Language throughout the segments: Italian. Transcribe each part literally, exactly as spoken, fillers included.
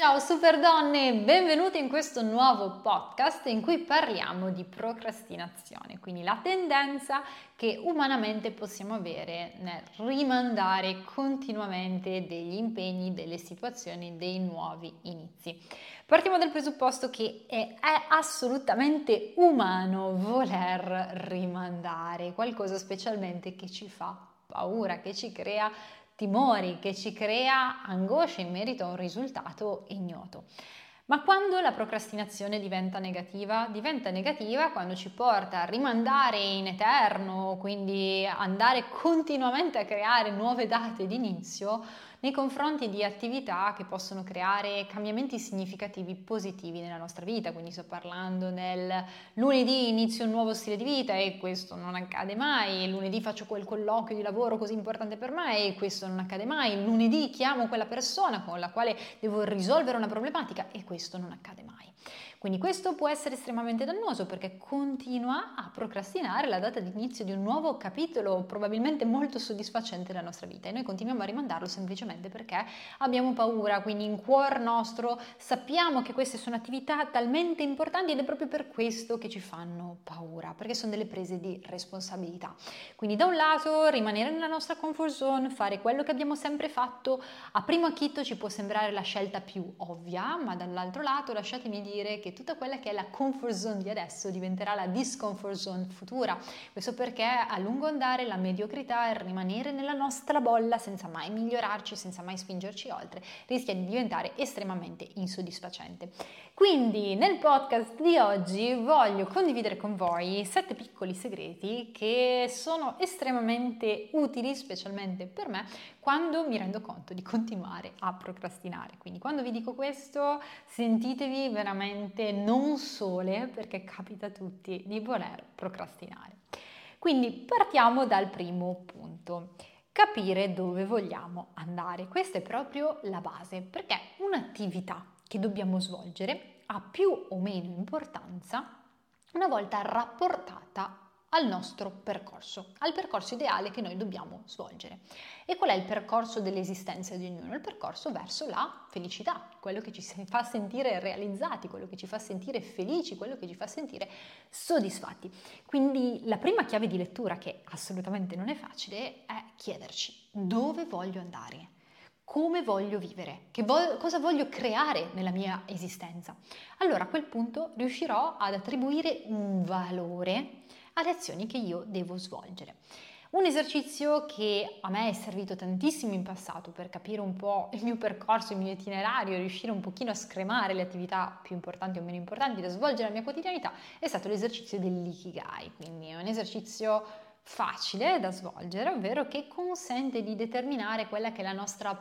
Ciao super donne, benvenute in questo nuovo podcast in cui parliamo di procrastinazione, quindi la tendenza che umanamente possiamo avere nel rimandare continuamente degli impegni, delle situazioni, dei nuovi inizi. Partiamo dal presupposto che è, è assolutamente umano voler rimandare qualcosa specialmente che ci fa paura, che ci crea timori, che ci crea angoscia in merito a un risultato ignoto. Ma quando la procrastinazione diventa negativa? Diventa negativa quando ci porta a rimandare in eterno, quindi andare continuamente a creare nuove date di inizio nei confronti di attività che possono creare cambiamenti significativi positivi nella nostra vita. Quindi sto parlando del lunedì inizio un nuovo stile di vita e questo non accade mai, il lunedì faccio quel colloquio di lavoro così importante per me e questo non accade mai, il lunedì chiamo quella persona con la quale devo risolvere una problematica e questo non accade mai. Quindi questo può essere estremamente dannoso perché continua a procrastinare la data di inizio di un nuovo capitolo probabilmente molto soddisfacente della nostra vita e noi continuiamo a rimandarlo semplicemente perché abbiamo paura, quindi in cuor nostro sappiamo che queste sono attività talmente importanti ed è proprio per questo che ci fanno paura, perché sono delle prese di responsabilità. Quindi da un lato rimanere nella nostra comfort zone, fare quello che abbiamo sempre fatto, a primo acchito ci può sembrare la scelta più ovvia, ma dall'altro lato lasciatemi dire che tutta quella che è la comfort zone di adesso diventerà la discomfort zone futura. Questo perché a lungo andare la mediocrità e rimanere nella nostra bolla senza mai migliorarci, senza mai spingerci oltre, rischia di diventare estremamente insoddisfacente. Quindi nel podcast di oggi voglio condividere con voi sette piccoli segreti che sono estremamente utili, specialmente per me, quando mi rendo conto di continuare a procrastinare. Quindi quando vi dico questo sentitevi veramente non sole, perché capita a tutti di voler procrastinare. Quindi partiamo dal primo punto. Capire dove vogliamo andare. Questa è proprio la base, perché un'attività che dobbiamo svolgere ha più o meno importanza una volta rapportata al nostro percorso, al percorso ideale che noi dobbiamo svolgere. E qual è il percorso dell'esistenza di ognuno? Il percorso verso la felicità, quello che ci fa sentire realizzati, quello che ci fa sentire felici, quello che ci fa sentire soddisfatti. Quindi la prima chiave di lettura, che assolutamente non è facile, è chiederci dove voglio andare. Come voglio vivere? Che vo- cosa voglio creare nella mia esistenza? Allora a quel punto riuscirò ad attribuire un valore alle azioni che io devo svolgere. Un esercizio che a me è servito tantissimo in passato per capire un po' il mio percorso, il mio itinerario, riuscire un pochino a scremare le attività più importanti o meno importanti da svolgere nella mia quotidianità, è stato l'esercizio dell'ikigai. Quindi è un esercizio facile da svolgere, ovvero che consente di determinare quella che è la nostra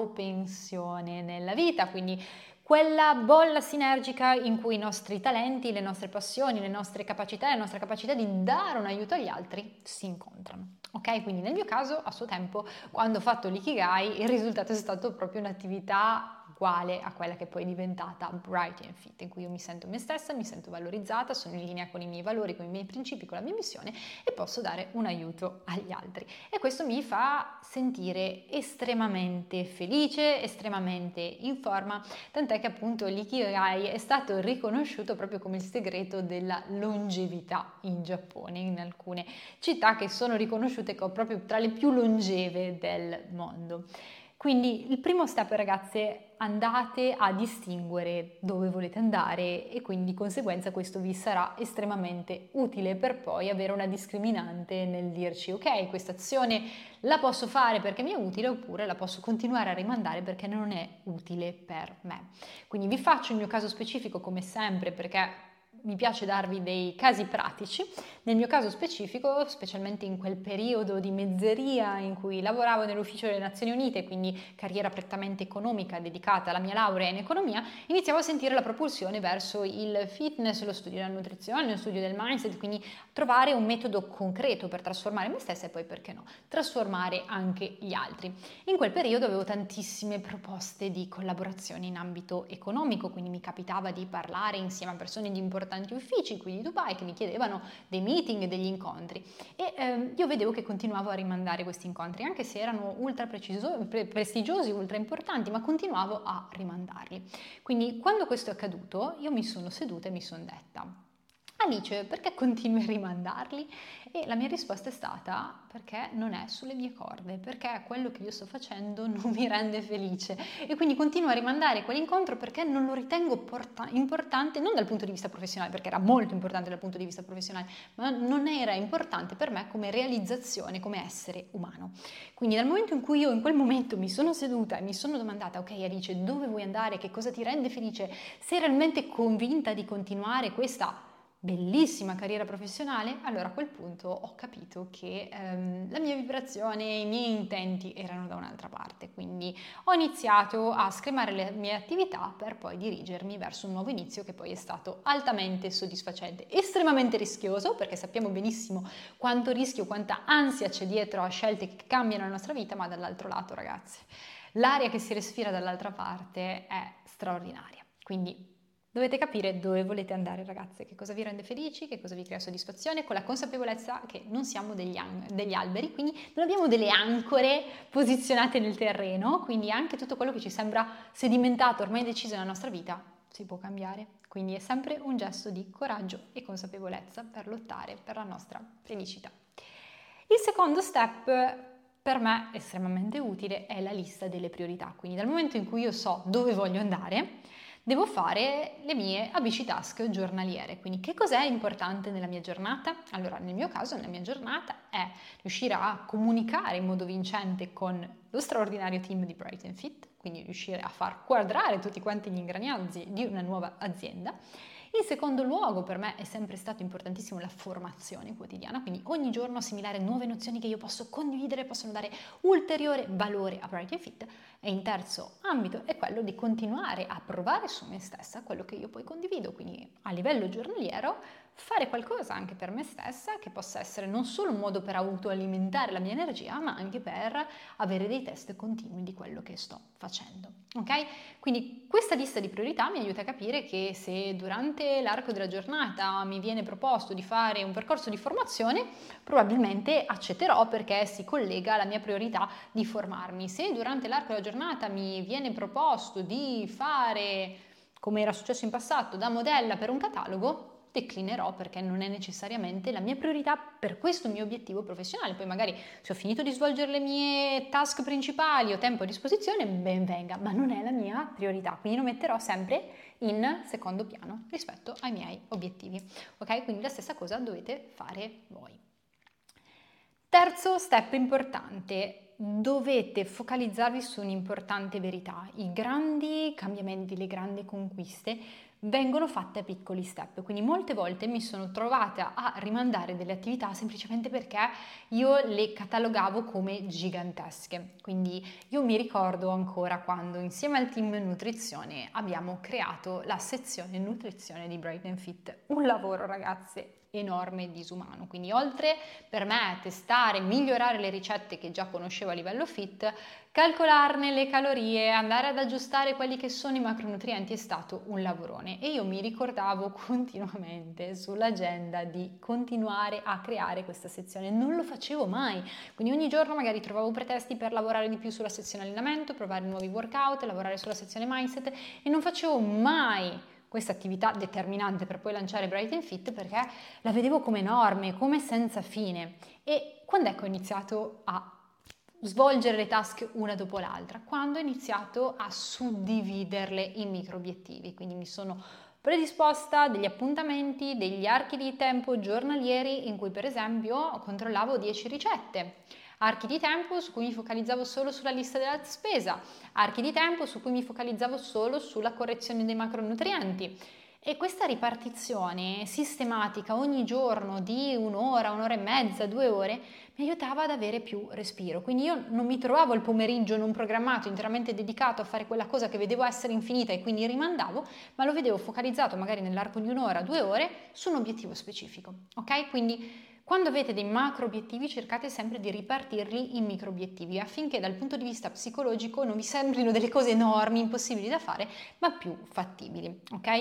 propensione nella vita, quindi quella bolla sinergica in cui i nostri talenti, le nostre passioni, le nostre capacità e la nostra capacità di dare un aiuto agli altri si incontrano. Ok, quindi nel mio caso a suo tempo quando ho fatto l'ikigai il risultato è stato proprio un'attività uguale a quella che poi è diventata Bright and Fit, in cui io mi sento me stessa, mi sento valorizzata, sono in linea con i miei valori, con i miei principi, con la mia missione e posso dare un aiuto agli altri. E questo mi fa sentire estremamente felice, estremamente in forma, tant'è che appunto l'ikigai è stato riconosciuto proprio come il segreto della longevità in Giappone, in alcune città che sono riconosciute proprio tra le più longeve del mondo. Quindi il primo step, ragazze, andate a distinguere dove volete andare e quindi di conseguenza questo vi sarà estremamente utile per poi avere una discriminante nel dirci ok, questa azione la posso fare perché mi è utile oppure la posso continuare a rimandare perché non è utile per me. Quindi vi faccio il mio caso specifico come sempre perché mi piace darvi dei casi pratici. Nel mio caso specifico, specialmente in quel periodo di mezzeria in cui lavoravo nell'ufficio delle Nazioni Unite, quindi carriera prettamente economica dedicata alla mia laurea in economia, iniziavo a sentire la propulsione verso il fitness, lo studio della nutrizione, lo studio del mindset, quindi trovare un metodo concreto per trasformare me stessa e poi, perché no, trasformare anche gli altri. In quel periodo avevo tantissime proposte di collaborazione in ambito economico, quindi mi capitava di parlare insieme a persone di importanza importanti uffici qui di Dubai che mi chiedevano dei meeting e degli incontri e ehm, io vedevo che continuavo a rimandare questi incontri, anche se erano ultra preciso, pre- prestigiosi, ultra importanti, ma continuavo a rimandarli. Quindi quando questo è accaduto io mi sono seduta e mi sono detta: Alice, perché continui a rimandarli? E la mia risposta è stata: perché non è sulle mie corde, perché quello che io sto facendo non mi rende felice e quindi continuo a rimandare quell'incontro perché non lo ritengo porta- importante, non dal punto di vista professionale, perché era molto importante dal punto di vista professionale, ma non era importante per me come realizzazione, come essere umano. Quindi dal momento in cui io in quel momento mi sono seduta e mi sono domandata: ok Alice, dove vuoi andare, che cosa ti rende felice, sei realmente convinta di continuare questa bellissima carriera professionale, allora a quel punto ho capito che ehm, la mia vibrazione, i miei intenti erano da un'altra parte, quindi ho iniziato a scremare le mie attività per poi dirigermi verso un nuovo inizio che poi è stato altamente soddisfacente, estremamente rischioso, perché sappiamo benissimo quanto rischio, quanta ansia c'è dietro a scelte che cambiano la nostra vita, ma dall'altro lato, ragazzi, l'aria che si respira dall'altra parte è straordinaria, quindi dovete capire dove volete andare, ragazze, che cosa vi rende felici, che cosa vi crea soddisfazione, con la consapevolezza che non siamo degli, an- degli alberi, quindi non abbiamo delle ancore posizionate nel terreno, quindi anche tutto quello che ci sembra sedimentato, ormai deciso nella nostra vita, si può cambiare. Quindi è sempre un gesto di coraggio e consapevolezza per lottare per la nostra felicità. Il secondo step per me estremamente utile è la lista delle priorità, quindi dal momento in cui io so dove voglio andare, devo fare le mie A B C task giornaliere. Quindi che cos'è importante nella mia giornata? Allora, nel mio caso, nella mia giornata è riuscire a comunicare in modo vincente con lo straordinario team di Bright and Fit, quindi riuscire a far quadrare tutti quanti gli ingranaggi di una nuova azienda. In secondo luogo, per me è sempre stato importantissimo la formazione quotidiana, quindi ogni giorno assimilare nuove nozioni che io posso condividere, possono dare ulteriore valore a Bright and Fit. E in terzo ambito è quello di continuare a provare su me stessa quello che io poi condivido, quindi a livello giornaliero fare qualcosa anche per me stessa che possa essere non solo un modo per autoalimentare la mia energia, ma anche per avere dei test continui di quello che sto facendo. Ok? Quindi questa lista di priorità mi aiuta a capire che se durante l'arco della giornata mi viene proposto di fare un percorso di formazione, probabilmente accetterò perché si collega alla mia priorità di formarmi. Se durante l'arco della giornata mi viene proposto di fare, come era successo in passato, da modella per un catalogo, declinerò perché non è necessariamente la mia priorità per questo mio obiettivo professionale. Poi magari se ho finito di svolgere le mie task principali, ho tempo a disposizione, ben venga, ma non è la mia priorità, quindi lo metterò sempre in secondo piano rispetto ai miei obiettivi. Ok? Quindi la stessa cosa dovete fare voi. Terzo step importante, dovete focalizzarvi su un'importante verità. I grandi cambiamenti, le grandi conquiste vengono fatte a piccoli step, quindi molte volte mi sono trovata a rimandare delle attività semplicemente perché io le catalogavo come gigantesche. Quindi io mi ricordo ancora quando insieme al team nutrizione abbiamo creato la sezione nutrizione di Bright and Fit, un lavoro, ragazze, enorme e disumano. Quindi oltre per me a testare, migliorare le ricette che già conoscevo a livello fit, calcolarne le calorie, andare ad aggiustare quelli che sono i macronutrienti è stato un lavorone e io mi ricordavo continuamente sull'agenda di continuare a creare questa sezione. Non lo facevo mai, quindi ogni giorno magari trovavo pretesti per lavorare di più sulla sezione allenamento, provare nuovi workout, lavorare sulla sezione mindset e non facevo mai questa attività determinante per poi lanciare Bright and Fit perché la vedevo come enorme, come senza fine. E quando è che ho iniziato a svolgere le task una dopo l'altra? Quando ho iniziato a suddividerle in micro obiettivi, quindi mi sono predisposta degli appuntamenti, degli archi di tempo giornalieri in cui per esempio controllavo dieci ricette. Archi di tempo su cui mi focalizzavo solo sulla lista della spesa, archi di tempo su cui mi focalizzavo solo sulla correzione dei macronutrienti. E questa ripartizione sistematica ogni giorno di un'ora, un'ora e mezza, due ore mi aiutava ad avere più respiro. Quindi io non mi trovavo il pomeriggio non programmato, interamente dedicato a fare quella cosa che vedevo essere infinita e quindi rimandavo, ma lo vedevo focalizzato magari nell'arco di un'ora, due ore su un obiettivo specifico. Ok? Quindi quando avete dei macro obiettivi cercate sempre di ripartirli in micro obiettivi affinché dal punto di vista psicologico non vi sembrino delle cose enormi, impossibili da fare, ma più fattibili, ok?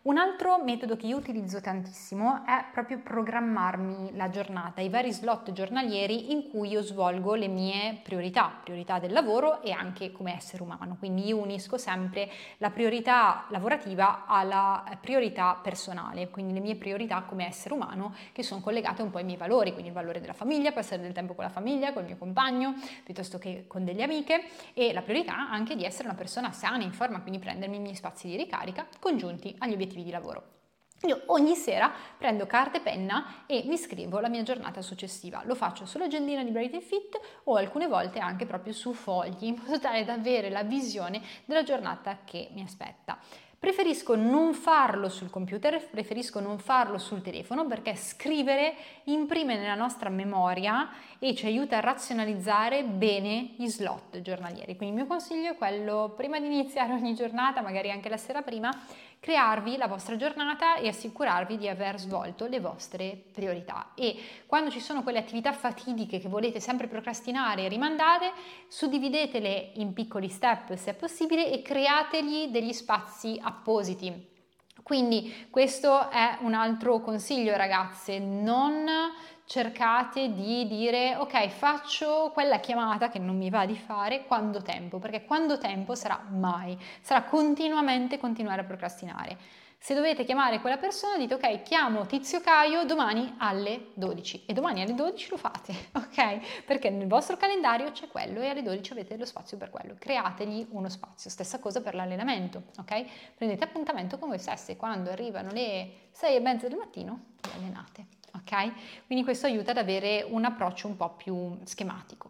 Un altro metodo che io utilizzo tantissimo è proprio programmarmi la giornata, i vari slot giornalieri in cui io svolgo le mie priorità, priorità del lavoro e anche come essere umano. Quindi io unisco sempre la priorità lavorativa alla priorità personale, quindi le mie priorità come essere umano che sono collegate un po' ai miei valori, quindi il valore della famiglia, passare del tempo con la famiglia, col mio compagno, piuttosto che con delle amiche, e la priorità anche di essere una persona sana, in forma, quindi prendermi i miei spazi di ricarica congiunti agli obiettivi di lavoro. Io ogni sera prendo carta e penna e mi scrivo la mia giornata successiva. Lo faccio sull'agendina di Bright and Fit o alcune volte anche proprio su fogli, in modo tale da avere la visione della giornata che mi aspetta. Preferisco non farlo sul computer, preferisco non farlo sul telefono, perché scrivere imprime nella nostra memoria e ci aiuta a razionalizzare bene gli slot giornalieri. Quindi il mio consiglio è quello, prima di iniziare ogni giornata, magari anche la sera prima, crearvi la vostra giornata e assicurarvi di aver svolto le vostre priorità. E quando ci sono quelle attività fatidiche che volete sempre procrastinare e rimandare, suddividetele in piccoli step se è possibile e creategli degli spazi appositi. Quindi questo è un altro consiglio, ragazze: non cercate di dire ok, faccio quella chiamata che non mi va di fare quando tempo, perché quando tempo sarà mai, sarà continuamente continuare a procrastinare. Se dovete chiamare quella persona, dite ok, chiamo Tizio Caio domani alle dodici, e domani alle dodici lo fate, ok? Perché nel vostro calendario c'è quello e alle dodici avete lo spazio per quello. Creategli uno spazio. Stessa cosa per l'allenamento, ok? Prendete appuntamento con voi stessi, quando arrivano le sei e mezza del mattino vi allenate, ok? Quindi questo aiuta ad avere un approccio un po' più schematico.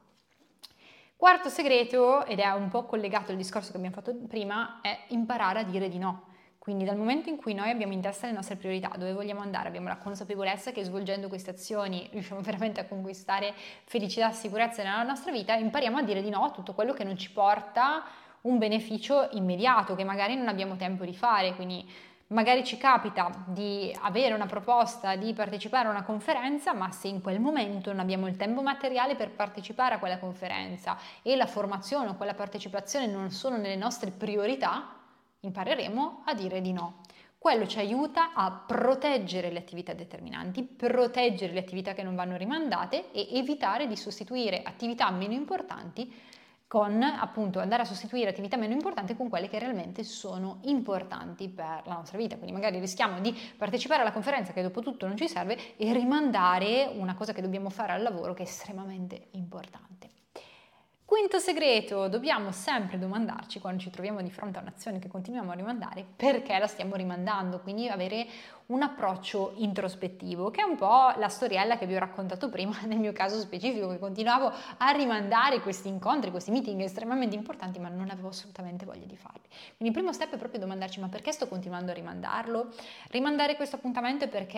Quarto segreto, ed è un po' collegato al discorso che abbiamo fatto prima, è imparare a dire di no. Quindi dal momento in cui noi abbiamo in testa le nostre priorità, dove vogliamo andare, abbiamo la consapevolezza che svolgendo queste azioni riusciamo veramente a conquistare felicità e sicurezza nella nostra vita, impariamo a dire di no a tutto quello che non ci porta un beneficio immediato, che magari non abbiamo tempo di fare. Quindi magari ci capita di avere una proposta di partecipare a una conferenza, ma se in quel momento non abbiamo il tempo materiale per partecipare a quella conferenza e la formazione o quella partecipazione non sono nelle nostre priorità, impareremo a dire di no. Quello ci aiuta a proteggere le attività determinanti, proteggere le attività che non vanno rimandate e evitare di sostituire attività meno importanti con, appunto, andare a sostituire attività meno importanti con quelle che realmente sono importanti per la nostra vita. Quindi magari rischiamo di partecipare alla conferenza che dopo tutto non ci serve e rimandare una cosa che dobbiamo fare al lavoro che è estremamente importante. Quinto segreto: dobbiamo sempre domandarci, quando ci troviamo di fronte a un'azione che continuiamo a rimandare, perché la stiamo rimandando. Quindi avere un approccio introspettivo, che è un po' la storiella che vi ho raccontato prima nel mio caso specifico, che continuavo a rimandare questi incontri, questi meeting estremamente importanti, ma non avevo assolutamente voglia di farli. Quindi il primo step è proprio domandarci: ma perché sto continuando a rimandarlo? Rimandare questo appuntamento è perché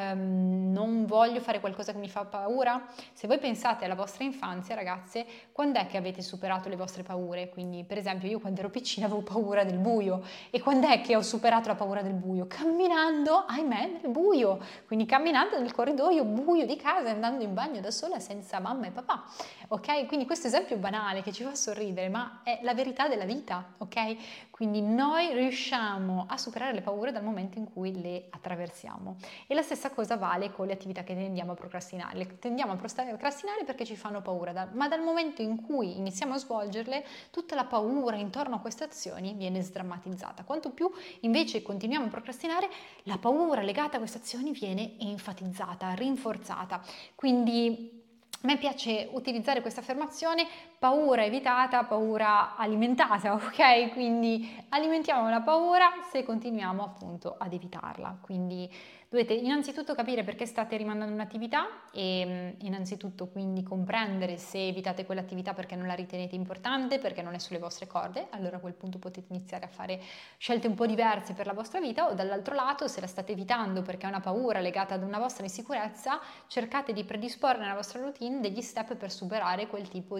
ehm, non voglio fare qualcosa che mi fa paura? Se voi pensate alla vostra infanzia, ragazze, quando è che avete superato le vostre paure? Quindi, per esempio, io quando ero piccina avevo paura del buio. E quando è che ho superato la paura del buio? Camminando, ahimè, nel buio. Quindi camminando nel corridoio buio di casa, andando in bagno da sola senza mamma e papà. Ok? Quindi questo esempio banale che ci fa sorridere, ma è la verità della vita, ok? Quindi noi riusciamo a superare le paure dal momento in cui le attraversiamo. E la stessa cosa vale con le attività che tendiamo a procrastinare. Le tendiamo a procrastinare perché ci fanno paura, ma dal momento in cui iniziamo a svolgerle, tutta la paura intorno a queste azioni viene sdrammatizzata. Quanto più invece continuiamo a procrastinare, la paura legata a queste azioni viene enfatizzata, rinforzata. Quindi a me piace utilizzare questa affermazione: paura evitata, paura alimentata, ok? Quindi alimentiamo la paura se continuiamo appunto ad evitarla. Quindi dovete innanzitutto capire perché state rimandando un'attività e innanzitutto quindi comprendere se evitate quell'attività perché non la ritenete importante, perché non è sulle vostre corde. Allora a quel punto potete iniziare a fare scelte un po' diverse per la vostra vita, o dall'altro lato, se la state evitando perché è una paura legata ad una vostra insicurezza, cercate di predisporre nella vostra routine degli step per superare quel tipo di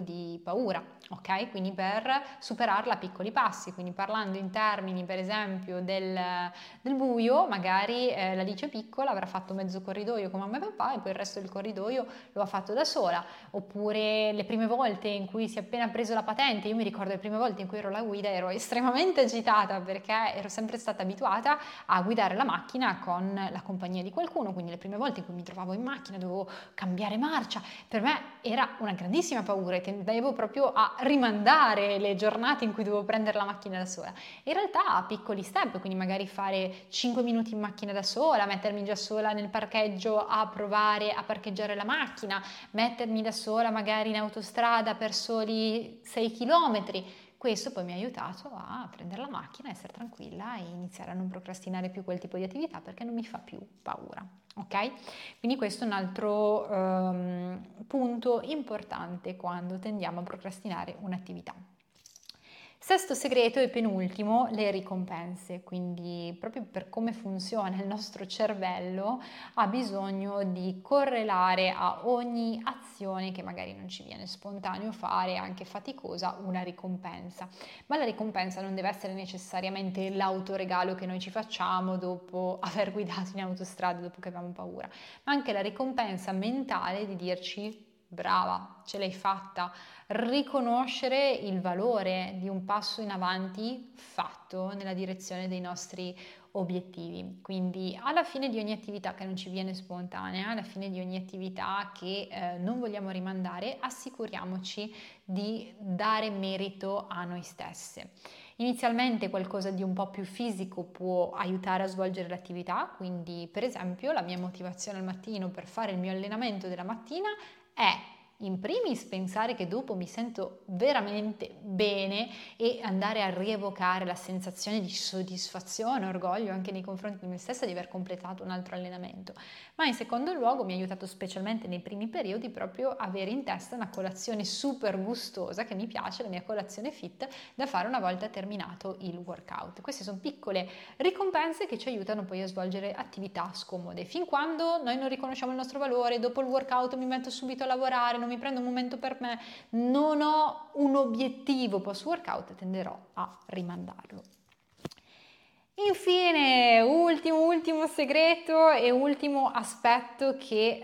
paura, ok? Quindi per superarla a piccoli passi, quindi parlando in termini per esempio del, del buio, magari eh, l'Alice piccola avrà fatto mezzo corridoio con mamma e papà e poi il resto del corridoio lo ha fatto da sola, oppure le prime volte in cui si è appena preso la patente, io mi ricordo le prime volte in cui ero alla guida ero estremamente agitata perché ero sempre stata abituata a guidare la macchina con la compagnia di qualcuno, quindi le prime volte in cui mi trovavo in macchina dovevo cambiare marcia, per me era una grandissima paura e tendevo proprio a rimandare le giornate in cui dovevo prendere la macchina da sola. In realtà a piccoli step, quindi magari fare cinque minuti in macchina da sola, mettermi già sola nel parcheggio a provare a parcheggiare la macchina, mettermi da sola magari in autostrada per soli sei chilometri. Questo poi mi ha aiutato a prendere la macchina, essere tranquilla e iniziare a non procrastinare più quel tipo di attività perché non mi fa più paura, ok? Quindi questo è un altro um, punto importante quando tendiamo a procrastinare un'attività. Sesto segreto e penultimo, le ricompense, quindi proprio per come funziona il nostro cervello ha bisogno di correlare a ogni azione che magari non ci viene spontaneo fare, anche faticosa, una ricompensa. Ma la ricompensa non deve essere necessariamente l'autoregalo che noi ci facciamo dopo aver guidato in autostrada, dopo che abbiamo paura, ma anche la ricompensa mentale di dirci brava, ce l'hai fatta, riconoscere il valore di un passo in avanti fatto nella direzione dei nostri obiettivi. Quindi alla fine di ogni attività che non ci viene spontanea, alla fine di ogni attività che eh, non vogliamo rimandare, assicuriamoci di dare merito a noi stesse. Inizialmente qualcosa di un po' più fisico può aiutare a svolgere l'attività, quindi per esempio la mia motivazione al mattino per fare il mio allenamento della mattina è in primis pensare che dopo mi sento veramente bene e andare a rievocare la sensazione di soddisfazione, orgoglio anche nei confronti di me stessa di aver completato un altro allenamento. Ma in secondo luogo mi ha aiutato specialmente nei primi periodi proprio avere in testa una colazione super gustosa che mi piace, la mia colazione fit da fare una volta terminato il workout. Queste sono piccole ricompense che ci aiutano poi a svolgere attività scomode. Fin quando noi non riconosciamo il nostro valore, dopo il workout mi metto subito a lavorare, non mi prendo un momento per me, non ho un obiettivo post workout, tenderò a rimandarlo. Infine, ultimo, ultimo segreto e ultimo aspetto che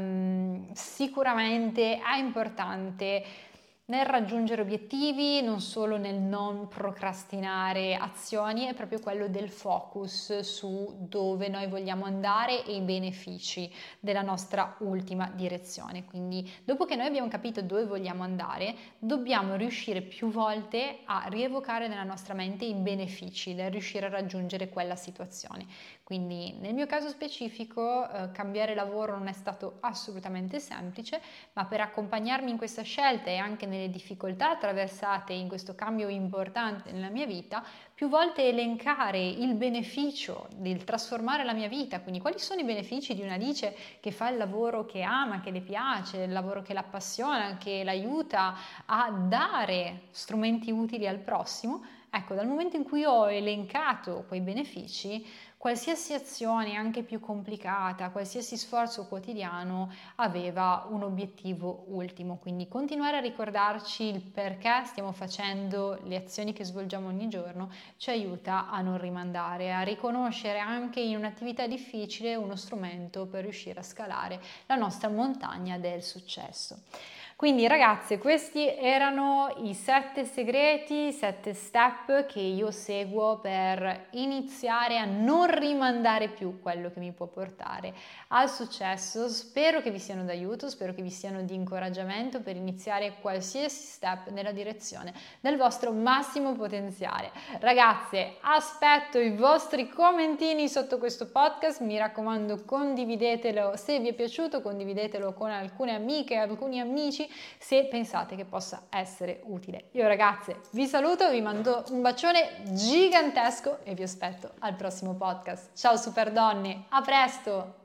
um, sicuramente è importante nel raggiungere obiettivi, non solo nel non procrastinare azioni, è proprio quello del focus su dove noi vogliamo andare e i benefici della nostra ultima direzione. Quindi dopo che noi abbiamo capito dove vogliamo andare, dobbiamo riuscire più volte a rievocare nella nostra mente i benefici del riuscire a raggiungere quella situazione. Quindi nel mio caso specifico eh, cambiare lavoro non è stato assolutamente semplice, ma per accompagnarmi in questa scelta e anche nelle difficoltà attraversate in questo cambio importante nella mia vita, più volte elencare il beneficio del trasformare la mia vita, quindi quali sono i benefici di un'Alice che fa il lavoro che ama, che le piace, il lavoro che l'appassiona, che l'aiuta a dare strumenti utili al prossimo. Ecco, dal momento in cui ho elencato quei benefici, qualsiasi azione, anche più complicata, qualsiasi sforzo quotidiano aveva un obiettivo ultimo, quindi continuare a ricordarci il perché stiamo facendo le azioni che svolgiamo ogni giorno ci aiuta a non rimandare, a riconoscere anche in un'attività difficile uno strumento per riuscire a scalare la nostra montagna del successo. Quindi ragazze, questi erano i sette segreti, i sette step che io seguo per iniziare a non rimandare più quello che mi può portare al successo. Spero che vi siano d'aiuto, spero che vi siano di incoraggiamento per iniziare qualsiasi step nella direzione del vostro massimo potenziale. Ragazze, aspetto i vostri commentini sotto questo podcast, mi raccomando condividetelo se vi è piaciuto, condividetelo con alcune amiche, alcuni amici se pensate che possa essere utile. Io ragazze vi saluto, vi mando un bacione gigantesco e vi aspetto al prossimo podcast. Ciao super donne, a presto!